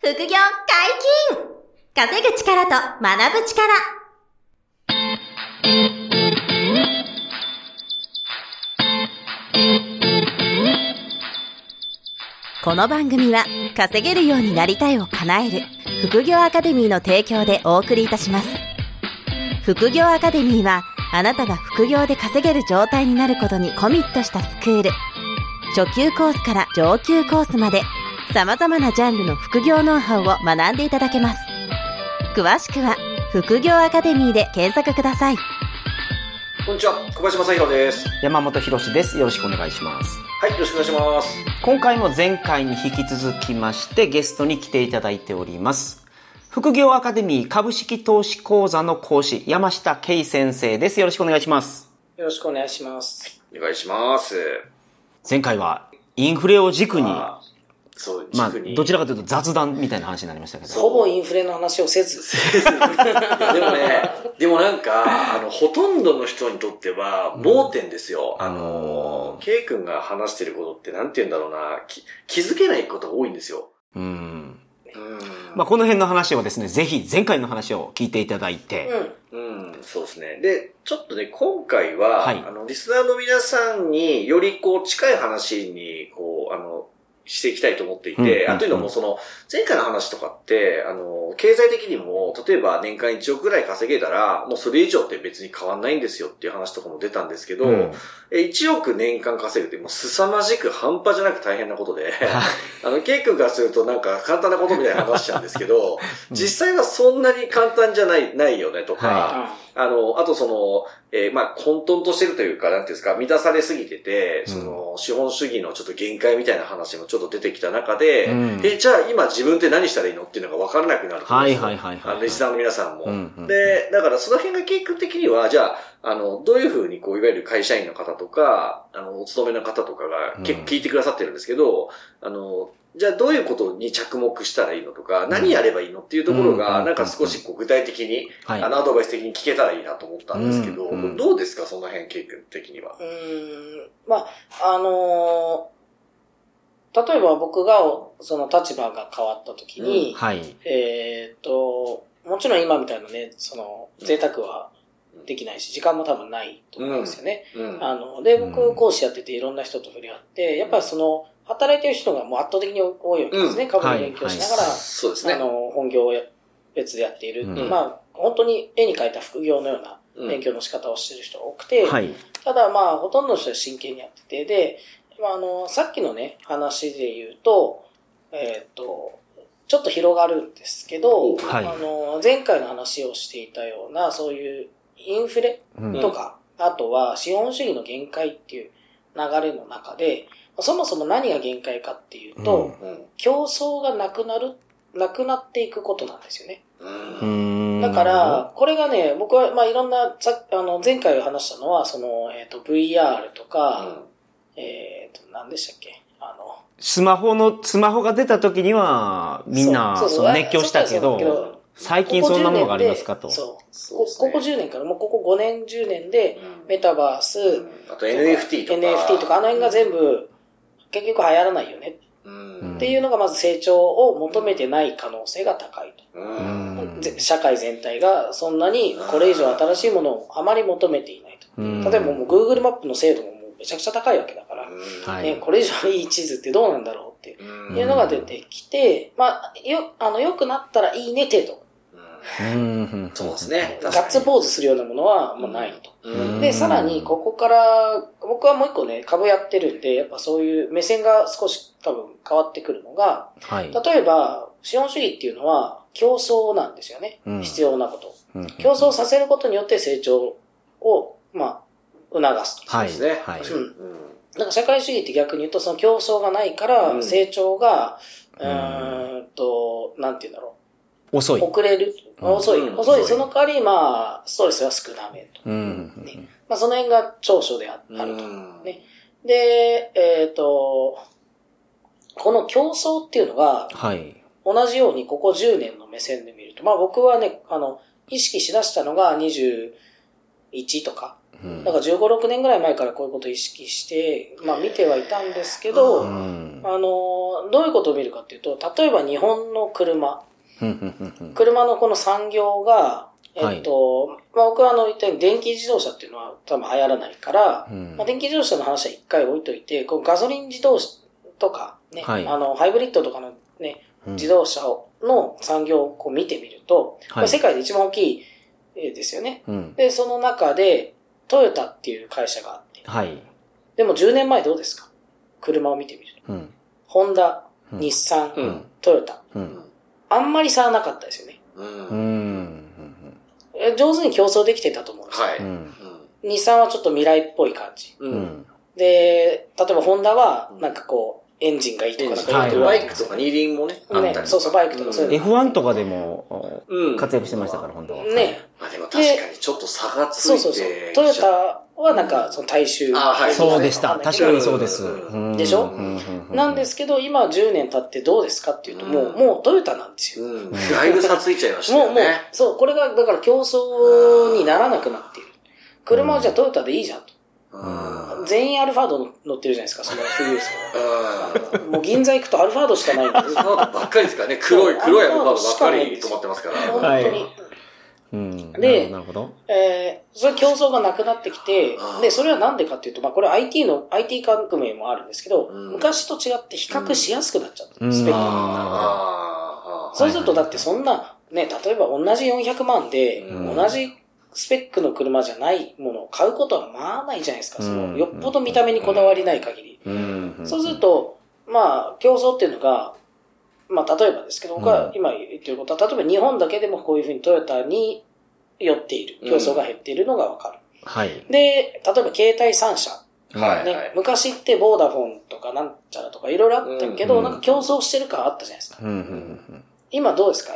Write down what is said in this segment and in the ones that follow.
副業解禁！稼ぐ力と学ぶ力。この番組は稼げるようになりたいを叶える副業アカデミーの提供でお送りいたします。副業アカデミーはあなたが副業で稼げる状態になることにコミットしたスクール。初級コースから上級コースまで様々なジャンルの副業ノウハウを学んでいただけます。詳しくは副業アカデミーで検索ください。 こんにちは、小林正弘です。 山本博です。よろしくお願いします。 はい、よろしくお願いします。 今回も前回に引き続きましてゲストに来ていただいております。副業アカデミー株式投資講座の講師、山下圭先生です。よろしくお願いします。 よろしくお願いします。 お願いします。 前回はインフレを軸に、 そう、軸に。 どちらかというと雑談みたいな話になりましたけど。 ほぼインフレの話をせず。 でもなんか、ほとんどの人にとっては、盲点ですよ。K 君が話してることってなんて言うんだろうな、気づけないことが多いんですよ。 まあ、この辺の話をですね、ぜひ前回の話を聞いていただいて。 そうですね。で、ちょっとね、今回は、リスナーの皆さんにより近い話に、していきたいと思っていて、というのも前回の話とかって、経済的にも、例えば年間1億ぐらい稼げたら、もうそれ以上って別に変わんないんですよっていう話とかも出たんですけど、1億年間稼ぐってもう凄まじく半端じゃなく大変なことで、ケイ君からするとなんか簡単なことみたいな話しちゃうんですけど、実際はそんなに簡単じゃないよねとか、あと混沌としてるというか、なんていうんですか、満たされすぎてて、資本主義のちょっと限界みたいな話もちょっと出てきた中で、じゃあ今自分って何したらいいのっていうのが分からなくなると思うんですよ。リスナーの皆さんも。で、だからその辺が結局的には、じゃあ、どういうふうにいわゆる会社員の方とか、お勤めの方とかが結構聞いてくださってるんですけど、じゃあどういうことに着目したらいいのとか、何やればいいのっていうところが、なんか少し具体的に、アドバイス的に聞けたらいいなと思ったんですけど、どうですかその辺、ケイ君的には。 例えば僕が、その立場が変わった時に、もちろん今みたいなね、贅沢はできないし、時間も多分ないと思うんですよね。で、僕講師やってていろんな人と触れ合って、やっぱり働いてる人がもう圧倒的に多いわけですね。株の勉強しながら、 そうですね。 本業を別でやっている。本当に絵に描いた副業のような勉強の仕方をしている人が多くて、ただほとんどの人は真剣にやってて、で、さっきのね、話で言うと、ちょっと広がるんですけど、前回の話をしていたような、そういうインフレとか、あとは資本主義の限界っていう流れの中で、そもそも何が限界かっていうと、競争がなくなっていくことなんですよね。だから、これがね、僕は、いろんな、前回話したのは、VR とか、何でしたっけスマホが出た時には、みんな、熱狂したけど、最近そんなものがありますかと。 ここ10年からもうここ5年10年でメタバース、 あと NFT とかあの辺が全部結局流行らないよねっていうのがまず成長を求めてない可能性が高いと。社会全体がそんなにこれ以上新しいものをあまり求めていないと。例えばもう Google マップの精度もめちゃくちゃ高いわけだから、これ以上いい地図ってどうなんだろうっていうのが出てきて、良くなったらいいね程度。 そうですね。 ガッツポーズするようなものはもうないと。で、さらにここから、僕はもう一個ね、株やってるんで、やっぱそういう目線が少し多分変わってくるのが、例えば、資本主義っていうのは競争なんですよね。必要なこと。競争させることによって成長を、促すと。 そうですね。 なんか社会主義って逆に言うと、その競争がないから成長が、なんていうんだろう。 遅い。 遅れる。遅い。その代わり、ストレスは少なめと。その辺が長所であると。ね。で、この競争っていうのが、同じようにここ10年の目線で見ると、僕はね、意識しだしたのが21とか、 だから15、6年ぐらい前からこういうことを意識して、まあ見てはいたんですけど、どういうことを見るかっていうと、例えば日本の車のこの産業が、まあ僕は言ったように電気自動車っていうのは多分流行らないから、まあ電気自動車の話は一回置いといて、このガソリン自動車とかね、ハイブリッドとかのね、自動車の産業をこう見てみると、これ世界で一番大きいですよね。で、その中で、トヨタっていう会社があって。でも10年前どうですか？車を見てみると。ホンダ、日産、トヨタ。あんまり差はなかったですよね。上手に競争できてたと思うんですよ。日産はちょっと未来っぽい感じ。で、例えばホンダはなんかこう、エンジンがいいとかなんかバイクとか二輪もね、あったりそうそう、バイクとかそういうの。 F1 とかでも活躍してましたから、ホンダは。 ね。 まあでも確かにちょっと差がついて。そう。 トヨタはなんかその大衆。 そうでした。確かにそうです。 でしょ？なんですけど、今10年経ってどうですかっていうと、もうトヨタなんですよ。 だいぶ差ついちゃいましたよね。 そう、これがだから競争にならなくなっている。車はじゃあトヨタでいいじゃんと。全員アルファード乗ってるじゃないですか、その富裕層。もう銀座行くとアルファードしかないんです。 アルファードばっかりですからね。黒いアルファードばっかり止まってますから。 本当に。で、それ競争がなくなってきて、で、それはなんでかっていうと、まあこれ IT 革命もあるんですけど、昔と違って比較しやすくなっちゃった。スペックが。そうするとだってそんな、ね、例えば同じ400万で、同じスペックの車じゃないものを買うことはまあないじゃないですか。よっぽど見た目にこだわりない限り。そうすると、まあ、競争っていうのが、まあ、例えばですけど、僕は今言ってることは、例えば日本だけでもこういうふうにトヨタに寄っている。競争が減っているのがわかる。で、例えば携帯3社。昔ってボーダフォンとかなんちゃらとかいろいろあったけど、なんか競争してる感あったじゃないですか。今どうですか？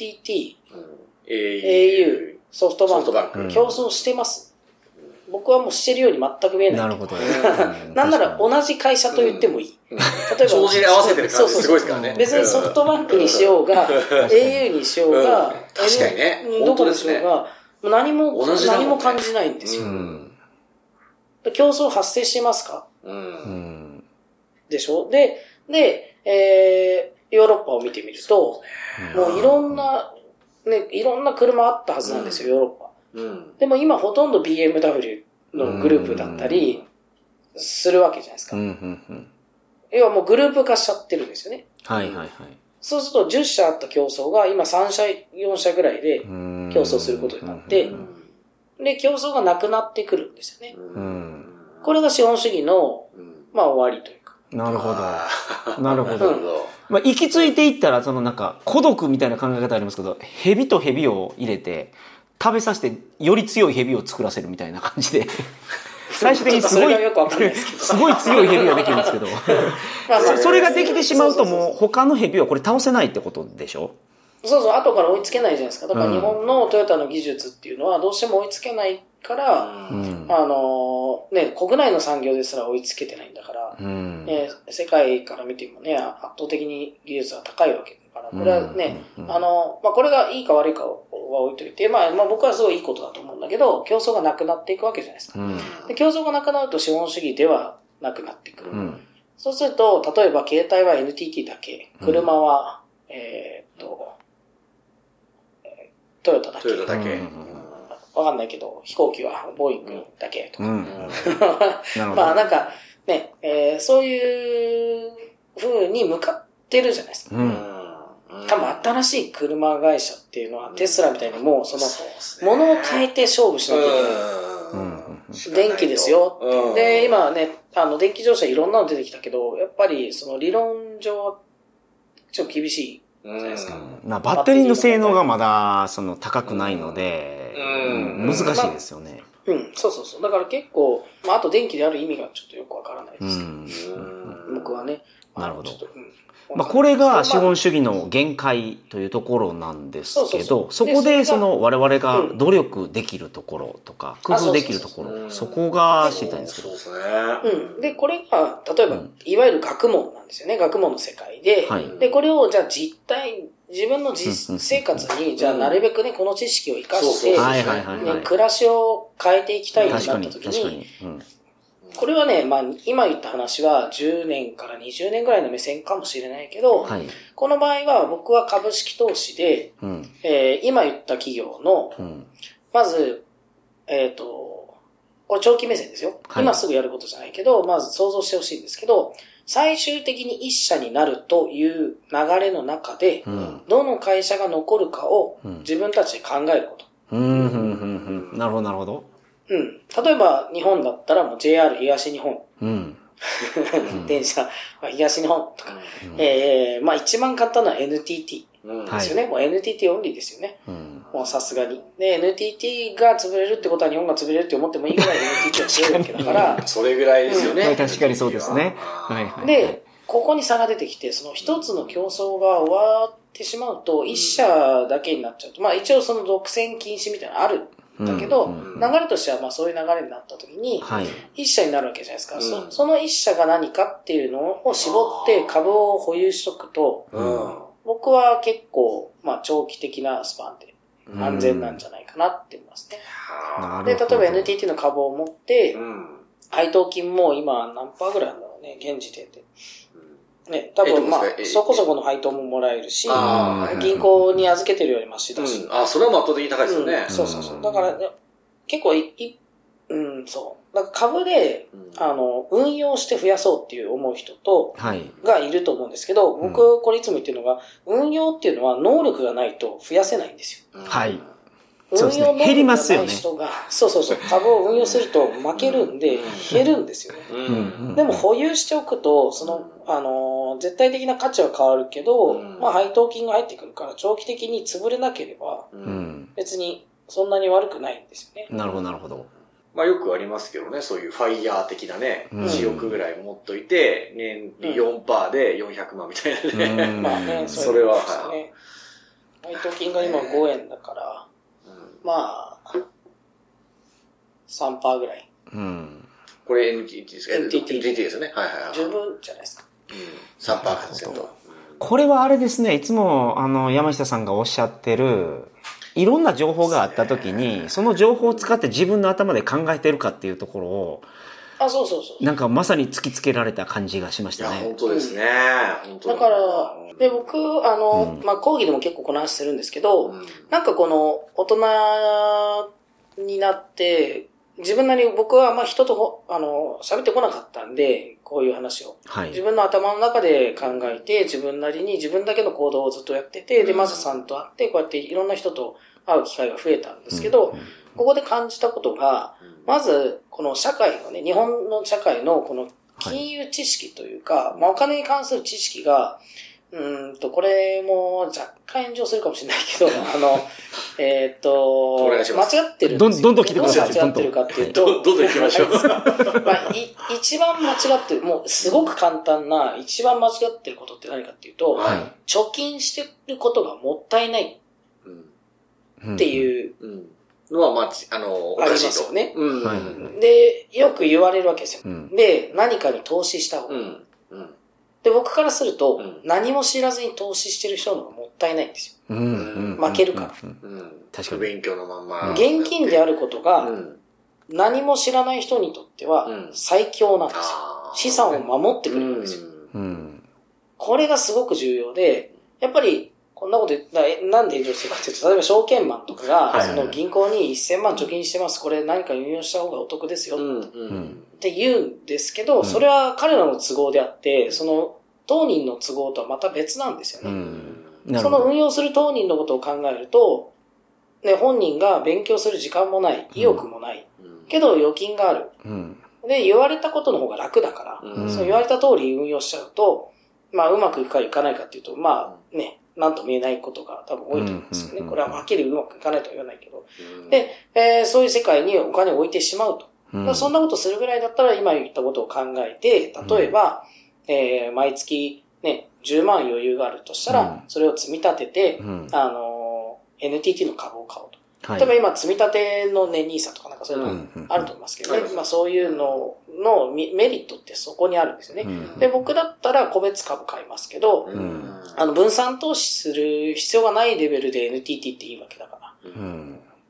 NTT、au、ソフトバンク、競争してます。僕はもうしてるように全く見えない。 なるほど。 なんなら同じ会社と言ってもいい。 例えば、帳尻合わせてる感じすごいですからね。 別にソフトバンクにしようが、au にしようが、 確かにね。 どこにしようが、何も感じないんですよ。競争発生してますか？でしょ？で、ヨーロッパを見てみると、もういろんな車あったはずなんですよ、ヨーロッパ。でも今ほとんど BMW のグループだったりするわけじゃないですか。要はもうグループ化しちゃってるんですよね。そうすると10社あった競争が今3社、4社ぐらいで競争することになって、で、競争がなくなってくるんですよね。これが資本主義の、まあ終わりというか。 なるほど。なるほど。まあ、行き着いていったら、なんか、孤独みたいな考え方ありますけど、蛇と蛇を入れて、食べさせて、より強い蛇を作らせるみたいな感じで、最終的にすごい強い蛇ができるんですけど、それができてしまうともう、他の蛇はこれ倒せないってことでしょ？ そう、後から追いつけないじゃないですか。だから日本のトヨタの技術っていうのはどうしても追いつけないから、国内の産業ですら追いつけてないんだから、世界から見てもね、圧倒的に技術が高いわけだから、これはね、これがいいか悪いかは置いといて、まあ僕はすごいいいことだと思うんだけど、競争がなくなっていくわけじゃないですか。で、競争がなくなると資本主義ではなくなってくる。そうすると、例えば携帯は NTT だけ、車は、トヨタだけ。わかんないけど、飛行機はボーイングだけとか。まあなんかね、そういう風に向かってるじゃないですか。多分新しい車会社っていうのはテスラみたいにもう物を変えて勝負しなきゃいけない。電気ですよ。で、今ね、電気自動車いろんなの出てきたけど、やっぱりその理論上、ちょっと厳しい。じゃないですか。 バッテリーの性能がまだ高くないので、難しいですよね。 そう。だから結構、あと電気である意味がちょっとよくわからないですけど、僕はね。 なるほど。これが資本主義の限界というところなんですけど、そこで我々が努力できるところとか、工夫できるところ、そこが知りたいんですけど。 で、これが、例えば、いわゆる学問なんですよね。学問の世界で。で、これを、じゃあ自分の実生活に、じゃあなるべくね、この知識を活かして、暮らしを変えていきたいとなった時に、これはね、まあ、今言った話は10年から20年ぐらいの目線かもしれないけど、はい、この場合は僕は株式投資で、今言った企業の、まず、これ長期目線ですよ。はい、今すぐやることじゃないけど、まず想像してほしいんですけど、最終的に一社になるという流れの中で、どの会社が残るかを自分たちで考えること。 なるほど、なるほど。 例えば、日本だったらもう JR 東日本。電車、東日本とか。まあ一番簡単な NTT ですよね。もう NTT オンリーですよね。もうさすがに。で、NTT が潰れるってことは日本が潰れるって思ってもいいぐらい NTT は強いわけだから。 それぐらいですよね。 確かにそうですね。 で、ここに差が出てきて、その一つの競争が終わってしまうと、一社だけになっちゃうと、まあ一応その独占禁止みたいなのある。だけど、流れとしてはまあそういう流れになった時に、一社になるわけじゃないですか。その一社が何かっていうのを絞って株を保有しとくと、僕は結構、まあ長期的なスパンで安全なんじゃないかなって思いますね。で、例えば NTT の株を持って、配当金も今何パーぐらいなんだろうね、現時点で。ね、多分まあ、そこそこの配当ももらえるし、銀行に預けてるよりマシだし。 それはもう圧倒的に高いですよね。 そうそうそう。だから、結構そう。だから株で、運用して増やそうっていう思う人がいると思うんですけど、僕、これいつも言ってるのが、運用っていうのは能力がないと増やせないんですよ。 はい。 運用能力がない人が、そう、株を運用すると負けるんで、減るんですよね。でも保有しておくと、絶対的な価値は変わるけど、まあ配当金が入ってくるから、長期的に潰れなければ、別にそんなに悪くないんですよね。 なるほど、なるほど。 まあよくありますけどね、そういうファイヤー的なね、1億ぐらい持っといて、年利 4% で400万みたいなね。 まあね、それは、配当金が今5円だから、まあ、3% ぐらい。 これ NTT ですか？ NTT ですよね。はい。 十分じゃないですか。 3%。 これはあれですね、いつも山下さんがおっしゃってる、いろんな情報があった時に、その情報を使って自分の頭で考えてるかっていうところを、 そう。 なんかまさに突きつけられた感じがしましたね。 いや、本当ですね。 だから、で、僕、まあ、講義でも結構この話するんですけど、なんかこの、大人になって、自分なりに僕はまあ人と、喋ってこなかったんで、こういう話を。自分の頭の中で考えて、自分なりに自分だけの行動をずっとやってて、で、マサさんと会って、こうやっていろんな人と会う機会が増えたんですけど、ここで感じたことが、まず、この社会のね、日本の社会のこの金融知識というか、まあお金に関する知識が、これも若干炎上するかもしれないけど、間違ってるんですよ。 どんどん来てください。 間違ってるかっていうと、 どんどん行きましょう。 まあ、一番間違ってる、もうすごく簡単な、一番間違ってることって何かっていうと、貯金してることがもったいないっていうのは、まあ、 ありますよね。で、よく言われるわけですよ。で、何かに投資した方がいい。で、僕からすると、何も知らずに投資してる人の方がもったいないんですよ。負けるから。 確かに。勉強のまんま。 現金であることが、何も知らない人にとっては、最強なんですよ。資産を守ってくれるんですよ。これがすごく重要で、やっぱり、こんなこと言ったら、なんで炎上するかっていうと、例えば証券マンとかが、その銀行に1000万貯金してます。これ何か運用した方がお得ですよ。って言うんですけど、それは彼らの都合であって、その当人の都合とはまた別なんですよね。その運用する当人のことを考えると、ね、本人が勉強する時間もない、意欲もない。けど預金がある。で、言われたことの方が楽だから、そう言われた通り運用しちゃうと、まあうまくいくかいかないかっていうと、まあね、なんとも言えないことが多分多いと思うんですよね。これははっきりうまくいかないとは言わないけど。で、そういう世界にお金を置いてしまうと。そんなことするぐらいだったら今言ったことを考えて、例えば、毎月ね、10万余裕があるとしたら、それを積み立てて、NTT の株を買おうと。例えば今、積み立てのね、NISA とかなんかそういうのあると思いますけどね。まあそういうののメリットってそこにあるんですよね。で、僕だったら個別株買いますけど、分散投資する必要がないレベルで NTT っていいわけだから。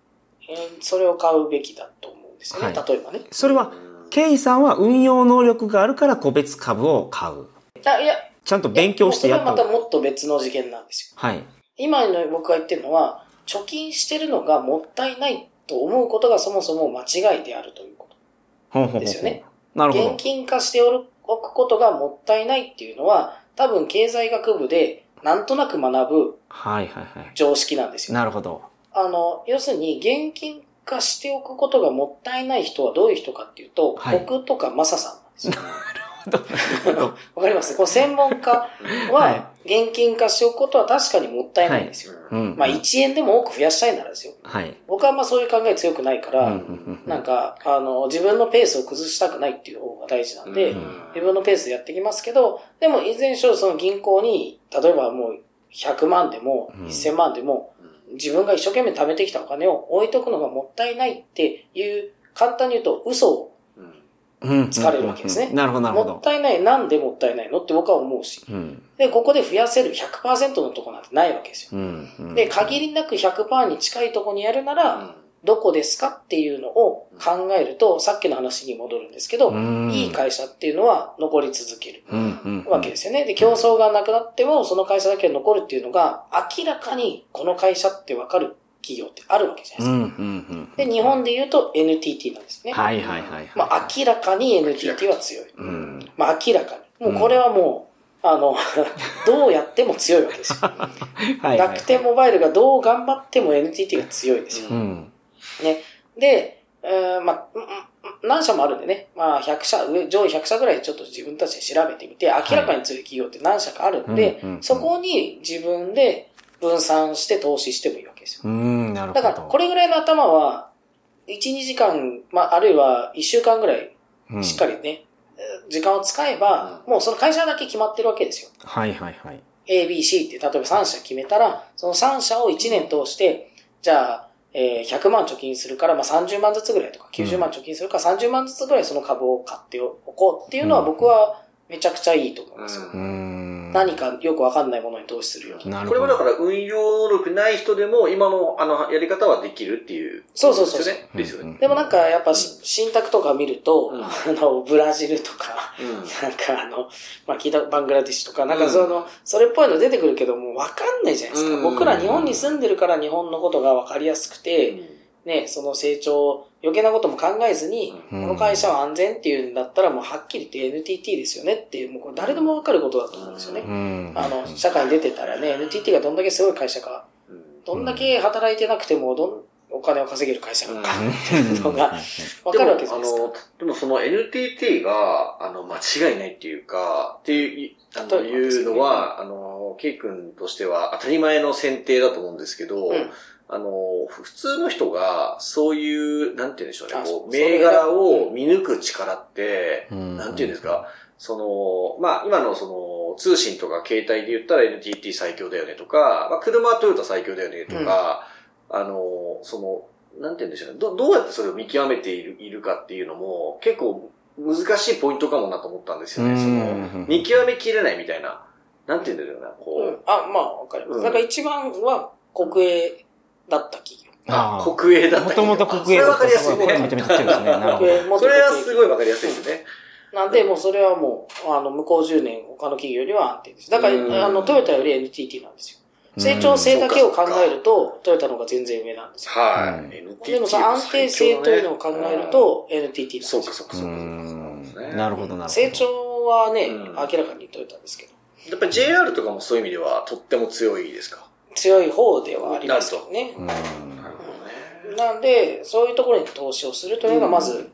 それを買うべきだと思うんですよね、例えばね。 それは、ケイさんは運用能力があるから個別株を買う。 いや、 ちゃんと勉強してやった。 それはまたもっと別の事件なんですよ。今の僕が言ってるのは、貯金してるのがもったいないと思うことがそもそも間違いであるということですよね。 なるほど。 現金化しておくことがもったいないっていうのは、多分経済学部でなんとなく学ぶ常識なんですよ。 なるほど。 要するに現金化しておくことがもったいない人はどういう人かっていうと、僕とかマサさんなんですよ。わかります？この専門家は現金化しておくことは確かにもったいないんですよ。まあ1円でも多く増やしたいならですよ。僕はまあそういう考え強くないから、なんか自分のペースを崩したくないっていう方が大事なんで、自分のペースでやっていきますけど、でもいずれにしろその銀行に、例えばもう100万でも1000万でも、自分が一生懸命貯めてきたお金を置いとくのがもったいないっていう、簡単に言うと嘘をつかれるわけですね。 なるほど、なるほど。 もったいない、なんでもったいないのって僕は思うし。で、ここで増やせる 100% のとこなんてないわけですよ。で、限りなく 100% に近いとこにやるなら、どこですかっていうのを考えると、さっきの話に戻るんですけど、いい会社っていうのは残り続けるわけですよね。で、競争がなくなっても、その会社だけ残るっていうのが、明らかにこの会社ってわかる企業ってあるわけじゃないですか。で、日本で言うと NTT なんですね。まあ、明らかに NTT は強い。まあ、明らかに。もうこれはもう、どうやっても強いわけですよ。楽天モバイルがどう頑張っても NTT が強いですよ。ね。で、まあ、何社もあるんでね、まあ、100社、上位100社ぐらいちょっと自分たちで調べてみて、明らかに強い企業って何社かあるんで、そこに自分で分散して投資してもいいわけですよ。 なるほど。 だから、これぐらいの頭は、1、2時間、まあ、あるいは1週間ぐらい、しっかりね、時間を使えば、もうその会社だけ決まってるわけですよ。A、B、C って、例えば3社決めたら、その3社を1年通して、じゃあ、100万貯金するから、まあ、30万ずつぐらいとか、90万貯金するから30万ずつぐらいその株を買っておこうっていうのは僕はめちゃくちゃいいと思いますよ。何かよくわかんないものに投資するような。 これはだから運用能力ない人でも今のやり方はできるっていう、ね。 そう。 ですよね。 でもなんかやっぱ信託とか見ると、ブラジルとか、なんかまあ聞いたバングラディッシュとか、なんかそれっぽいの出てくるけどもわかんないじゃないですか。僕ら日本に住んでるから日本のことがわかりやすくて、ね、その成長、余計なことも考えずに、この会社は安全っていうんだったらもうはっきり言って NTT ですよねっていう、もうこれ誰でもわかることだと思うんですよね。社会に出てたらね、NTT がどんだけすごい会社か、どんだけ働いてなくてもお金を稼げる会社なのかっていうのがわかるわけじゃないですか。 でもその NTT が、間違いないっていうか、っていうのは、ケイ君としては当たり前の選定だと思うんですけど、普通の人が、そういう、なんて言うんでしょうね、銘柄を見抜く力って、なんて言うんですか、まあ、今の通信とか携帯で言ったら NTT 最強だよねとか、まあ、車はトヨタ最強だよねとか、なんて言うんでしょうね、どうやってそれを見極めているかっていうのも、結構難しいポイントかもなと思ったんですよね。見極めきれないみたいな、なんて言うんだろうな、 まあ、わかります。だから一番は国営だった企業。 国営だった企業。 もともと国営だった企業。めちゃめちゃ強いですね。なるほど。 それはすごいわかりやすいですね。 なんで、もうそれはもう、向こう10年他の企業よりは安定です。だから、トヨタより NTT なんですよ。成長性だけを考えると、トヨタの方が全然上なんですよ。でもその安定性というのを考えると、NTT なんですよ。 なるほど、なるほど。 成長はね、明らかにトヨタですけど。 やっぱり JR とかもそういう意味ではとっても強いですか？ 強い方ではありますけどね。なんで、そういうところに投資をするというのが、まず、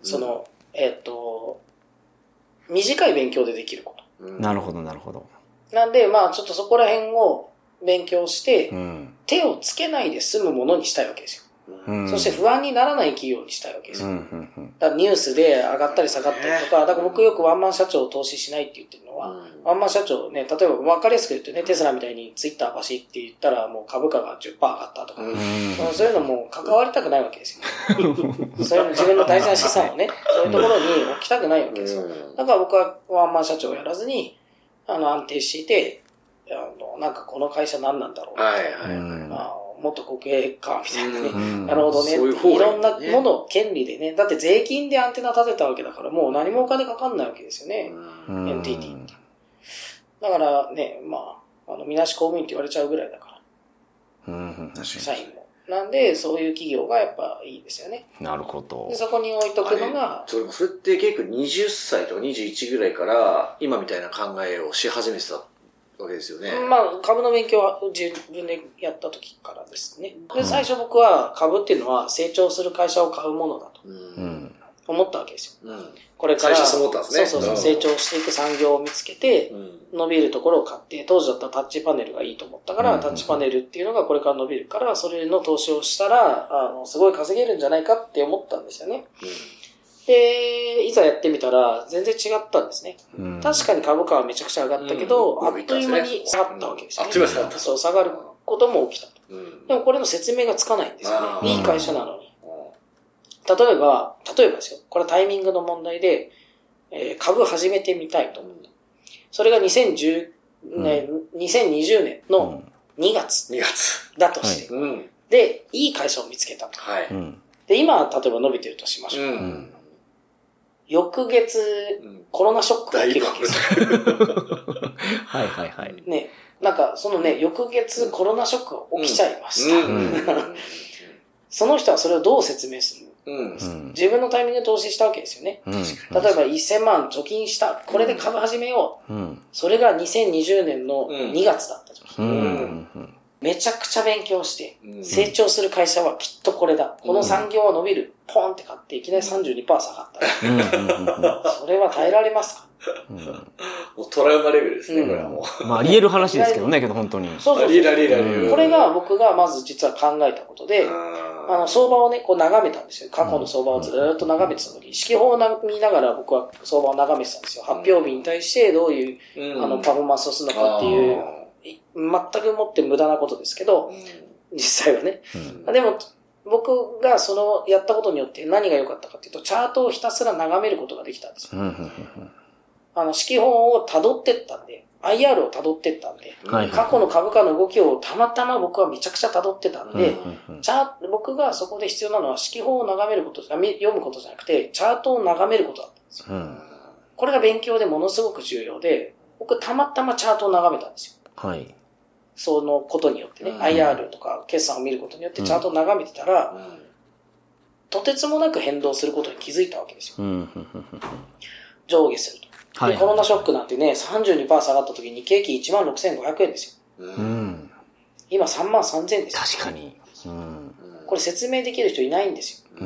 短い勉強でできること。 なるほど、なるほど。 なんで、まあ、ちょっとそこら辺を勉強して、手をつけないで済むものにしたいわけですよ。そして不安にならない企業にしたいわけですよ。だからニュースで上がったり下がったりとか、だから僕よくワンマン社長を投資しないって言ってるのは、ワンマン社長ね、例えば分かりやすく言うとね、テスラみたいにツイッターバシって言ったらもう株価が 10% 上がったとか、そういうのも関わりたくないわけですよ。そういう自分の大事な資産をね、そういうところに置きたくないわけですよ。だから僕はワンマン社長をやらずに、安定していて、なんかこの会社何なんだろうって、 元国営か、みたいなね。なるほどね。いろんなもの、権利でね。だって税金でアンテナ立てたわけだから、もう何もお金かかんないわけですよね。NTT。だからね、みなし公務員って言われちゃうぐらいだから。社員も。なんで、そういう企業がやっぱいいですよね。 なるほど。 でそこに置いとくのが。 それって結構20歳とか21ぐらいから、今みたいな考えをし始めてたわけですよね。 株の勉強は自分でやった時からですね。で、最初僕は株っていうのは成長する会社を買うものだと。思ったわけですよ。これから、 最初そう思ったんですね。 そう、成長していく産業を見つけて、伸びるところを買って、当時だったらタッチパネルがいいと思ったから、タッチパネルっていうのがこれから伸びるから、それの投資をしたら、すごい稼げるんじゃないかって思ったんですよね。で、いざやってみたら、全然違ったんですね。確かに株価はめちゃくちゃ上がったけど、あっという間に下がったわけですよね。 あっという間に下がった。 そう、下がることも起きたと。でもこれの説明がつかないんですよね。いい会社なのに。例えばですよ。これはタイミングの問題で、株始めてみたいと思った。それが2020年の2月だとして。で、いい会社を見つけたと。で、今、例えば伸びてるとしましょう。翌月、コロナショックが起きるわけですよ。 はいはいはい。 ね、なんか、そのね、翌月コロナショックが起きちゃいました。その人はそれをどう説明する自分のタイミングで投資したわけですよね。例えば1000万貯金した。これで株始めよう。それが2020年の2月だった時。めちゃくちゃ勉強して、成長する会社はきっとこれだ。この産業は伸びる。ポンって買っていきなり 32% 下がった。それは耐えられますか？ もうトラウマレベルですね、これはもう。 あり得る話ですけどね、本当に。 そう。これが僕がまず実は考えたことで、相場をね、こう眺めたんですよ。過去の相場をずっと眺めてた時、指揮法を見ながら僕は相場を眺めてたんですよ。発表日に対してどういう、パフォーマンスをするのかっていう、全くもって無駄なことですけど、実際はね。でも、僕がやったことによって何が良かったかっていうと、チャートをひたすら眺めることができたんですよ。指揮法を辿ってったんで、IR を辿ってったんで、過去の株価の動きをたまたま僕はめちゃくちゃ辿ってたんで、僕がそこで必要なのは指揮法を眺めること、読むことじゃなくて、チャートを眺めることだったんですよ。これが勉強でものすごく重要で、僕たまたまチャートを眺めたんですよ。そのことによってね、IR とか決算を見ることによってチャートを眺めてたら、とてつもなく変動することに気づいたわけですよ。上下すると。でコロナショックなんてね、32% 下がった時に景気 16,500 円ですよ。今 33,000 ですよ。 確かに。 これ説明できる人いないんですよ。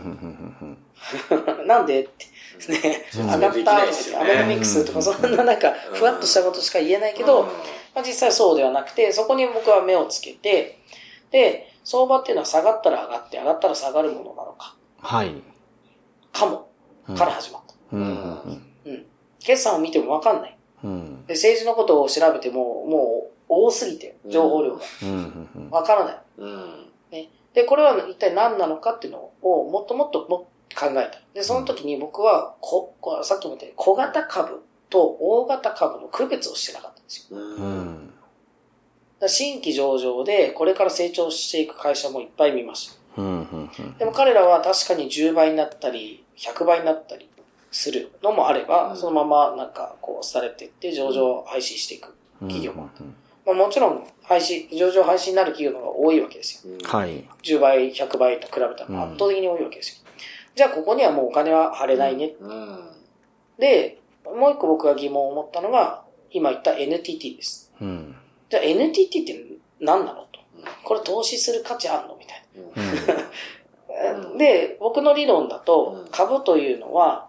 なんでってね、上がったとか、アベノミクスとかそんななんかふわっとしたことしか言えないけど、実際そうではなくて、そこに僕は目をつけて、で、相場っていうのは下がったら上がって、上がったら下がるものなのか。かも。から始まった。決算を見てもわかんない。で、政治のことを調べても、もう多すぎて、情報量が。わからない。ね。で、これは一体何なのかっていうのをもっともっと考えた。で、その時に僕は、さっきも言ったように小型株と大型株の区別をしてなかったんですよ。新規上場でこれから成長していく会社もいっぱい見ました。でも彼らは確かに10倍になったり、100倍になったりするのもあれば、そのままなんかこう廃れていって上場廃止していく企業もある。もちろん上場廃止になる企業の方が多いわけですよ。10倍、100倍と比べたら圧倒的に多いわけですよ。じゃあここにはもうお金は張れないね。で、もう一個僕が疑問を持ったのが、今言った NTT です。じゃあ NTT って何なのと。これ投資する価値あんのみたいな。で、僕の理論だと、株というのは、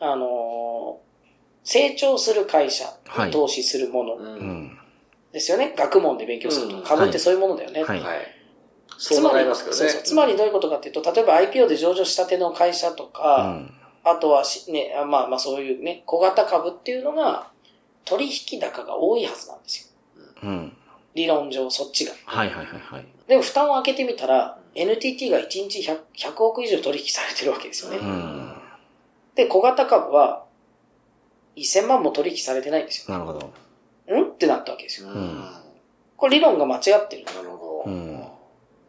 成長する会社に投資するものですよね。学問で勉強すると。株ってそういうものだよね。 そうなりますけどね。 つまりどういうことかっていうと、例えば IPO で上場したての会社とか、あとはね、そういうね、小型株っていうのが、取引高が多いはずなんですよ。理論上、そっちが。でも、蓋を開けてみたら、NTT が1日 100億以上取引されてるわけですよね。で、小型株は、1000万も取引されてないんですよ。 なるほど。 ってなったわけですよ。これ理論が間違ってる。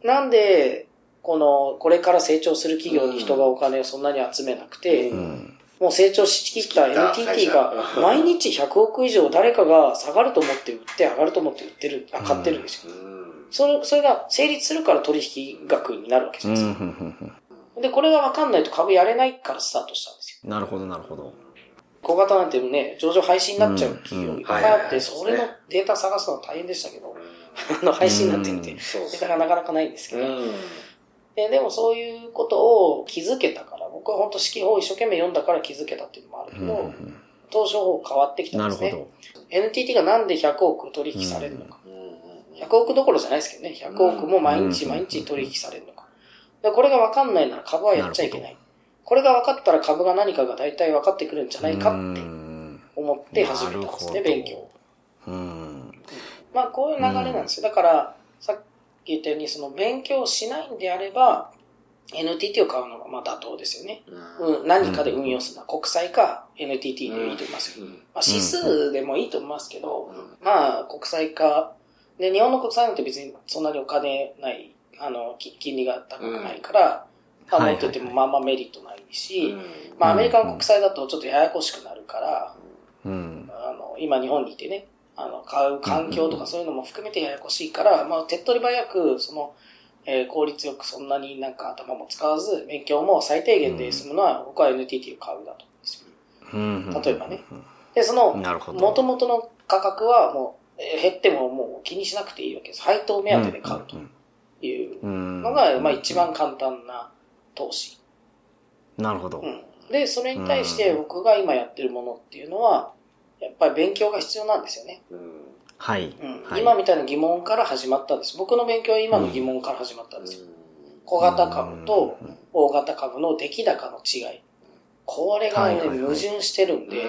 なんで、これから成長する企業に人がお金をそんなに集めなくて、もう成長しきった NTT が毎日100億以上誰かが下がると思って売って上がると思って買ってるんですよ。それが成立するから取引額になるわけじゃないですか。で、これが分かんないと株やれないからスタートしたんですよ。 なるほど、なるほど。 小型なんてね、上場廃止になっちゃう企業いっぱいあって、それのデータ探すのは大変でしたけど、廃止になってみて、データがなかなかないんですけど。でもそういうことを気づけたから、僕は本当指揮法を一生懸命読んだから気づけたっていうのもあるけど、東証法変わってきたんですね。なるほど。NTT がなんで100億取引されるのか。100億どころじゃないですけどね、100億も毎日取引されるのか。でこれが分かんないなら株はやっちゃいけない。これが分かったら株が何かが大体分かってくるんじゃないかって思って始めたんですね、勉強。まあこういう流れなんですよ。だから、さっき言ったように、その勉強しないんであれば、NTT を買うのがまあ妥当ですよね。何かで運用するのは国債か NTT でいいと思いますよ。まあ指数でもいいと思いますけど、まあ国債か、で、日本の国債なんて別にそんなにお金ない、金利が高くないから、持っててもまあまあメリットないし、まあアメリカの国債だとちょっとややこしくなるから、今日本にいてね、買う環境とかそういうのも含めてややこしいから、まあ手っ取り早く、効率よくそんなになんか頭も使わず、勉強も最低限で済むのは、僕は NTT を買うだと思うんですよ。例えばね。で、元々の価格はもう、減ってももう気にしなくていいわけです。配当目当てで買うというのが、まあ一番簡単な投資。 なるほど。 で、それに対して僕が今やってるものっていうのは、やっぱり勉強が必要なんですよね。 はい。 今みたいな疑問から始まったんです。僕の勉強は今の疑問から始まったんですよ。小型株と大型株の出来高の違い。これがね、矛盾してるんで、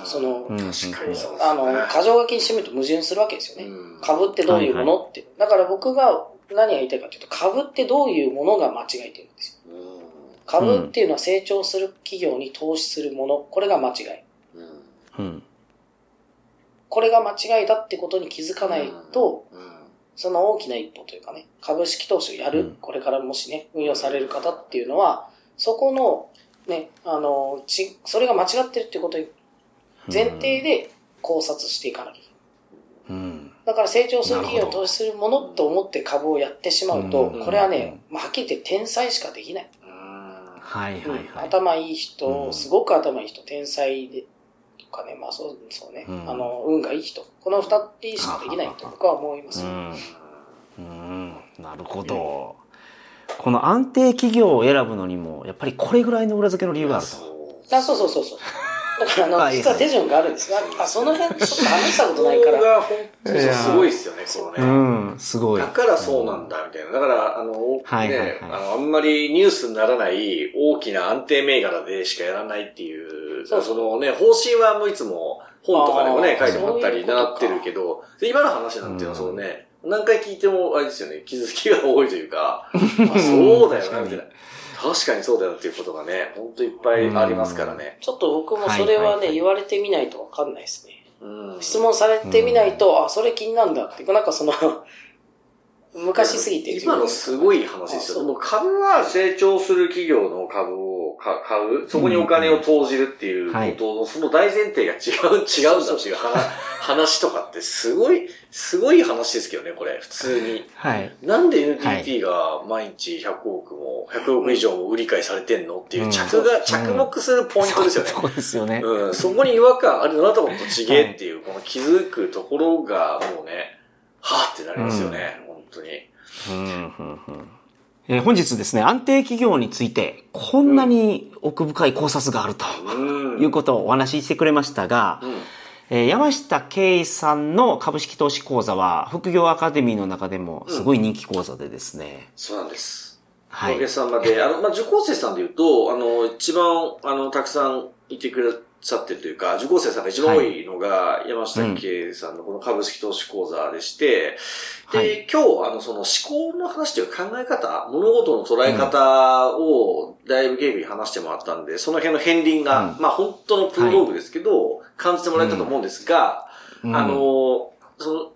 過剰書きにしてみると矛盾するわけですよね。株ってどういうものって。だから僕が何が言いたいかというと、株ってどういうものが間違えてるんですよ。株っていうのは成長する企業に投資するもの。これが間違い。これが間違いだってことに気づかないと、その大きな一歩というかね、株式投資をやる、これからもしね、運用される方っていうのは、そこの、ね、それが間違ってるってことに前提で考察していかなきゃいけない。だから成長する企業を投資するものと思って株をやってしまうと、これはね、はっきり言って天才しかできない。頭いい人、すごく頭いい人、天才で、とかね、まあそうね、運がいい人、この二人しかできないと僕は思います。 なるほど。この安定企業を選ぶのにも、やっぱりこれぐらいの裏付けの理由があると。 そう。だから実は手順があるんですが、その辺ちょっと話したことないから。 ここが本当にすごいですよね、このね。 すごい。 だからそうなんだ、みたいな。だから、あんまりニュースにならない大きな安定銘柄でしかやらないっていう、そのね、方針はもういつも本とかでもね、書いてもらったりなってるけど、今の話なんていうのはそのね、何回聞いてもあれですよね、気づきが多いというか、そうだよな、みたいな。確かにそうだよっていうことがね、ほんといっぱいありますからね。 ちょっと僕もそれはね、言われてみないとわかんないですね。質問されてみないと、それ気になるんだって、なんか昔すぎて。 今のすごい話ですよ。もう株は成長する企業の株を買う、そこにお金を投じるっていうことの、その大前提が違うんだっていう話とかってすごい話ですけどね、これ、普通に。なんで NTT が毎日100億以上も売り買いされてんのっていう着目するポイントですよね。 そうですよね。 そこに違和感あるのだと思うと違えっていう、この気づくところがもうね、はぁってなりますよね、本当に。 本日ですね、安定企業について、こんなに奥深い考察があるということをお話ししてくれましたが、山下圭さんの株式投資講座は、副業アカデミーの中でもすごい人気講座でですね。 そうなんです。おかげさまで、受講生さんで言うと、一番、たくさんいてくださってるというか、受講生さんが一番多いのが、山下圭さんのこの株式投資講座でして、で、今日、その思考の話というか考え方、物事の捉え方をだいぶ警部に話してもらったんで、その辺の片鱗が、まあ本当のプロローグですけど、感じてもらえたと思うんですが、今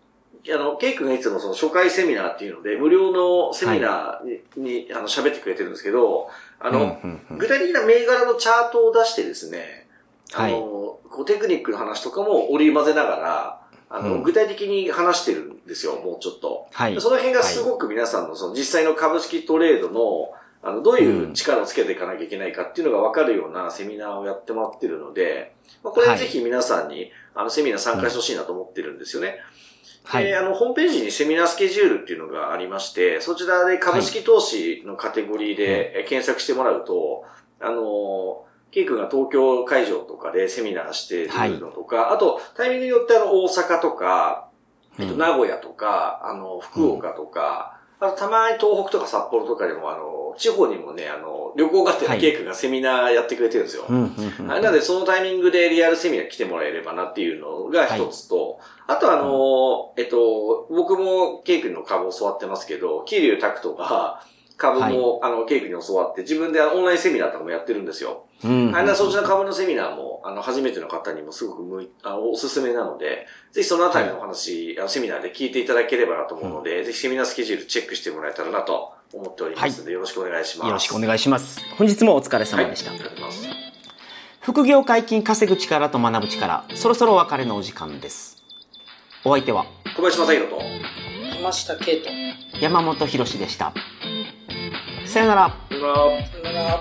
ケイ君がいつもその初回セミナーっていうので、無料のセミナーに、喋ってくれてるんですけど、具体的な銘柄のチャートを出してですね、こうテクニックの話とかも織り交ぜながら、具体的に話してるんですよ、もうちょっと。はい。その辺がすごく皆さんのその実際の株式トレードの、どういう力をつけていかなきゃいけないかっていうのが分かるようなセミナーをやってもらってるので、これぜひ皆さんに、セミナー参加してほしいなと思ってるんですよね。はい。で、ホームページにセミナースケジュールっていうのがありまして、そちらで株式投資のカテゴリーで検索してもらうと、ケイ君が東京会場とかでセミナーしてるのとか、あと、タイミングによって大阪とか、名古屋とか、福岡とか、あとたまに東北とか札幌とかでも地方にもね、旅行がてらケイ君がセミナーやってくれてるんですよ。なので、そのタイミングでリアルセミナー来てもらえればなっていうのが一つと、あと僕もケイ君の株を教わってますけど、桐生拓人が株も、ケイ君に教わって、自分でオンラインセミナーとかもやってるんですよ。そっちの株のセミナーも、初めての方にもすごくおすすめなので、ぜひそのあたりのお話、セミナーで聞いていただければなと思うので、ぜひセミナースケジュールチェックしてもらえたらなと思っておりますので、よろしくお願いします。 よろしくお願いします。本日もお疲れ様でした。ありがとうございます。副業解禁稼ぐ力と学ぶ力、そろそろお別れのお時間です。お相手は、 小林正宏と、 山下圭と、 山本博史でした。さよなら。 さよなら。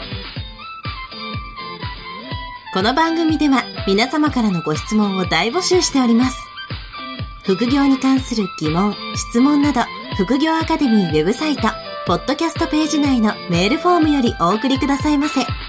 この番組では皆様からのご質問を大募集しております。副業に関する疑問、質問など、副業アカデミーウェブサイト、ポッドキャストページ内のメールフォームよりお送りくださいませ。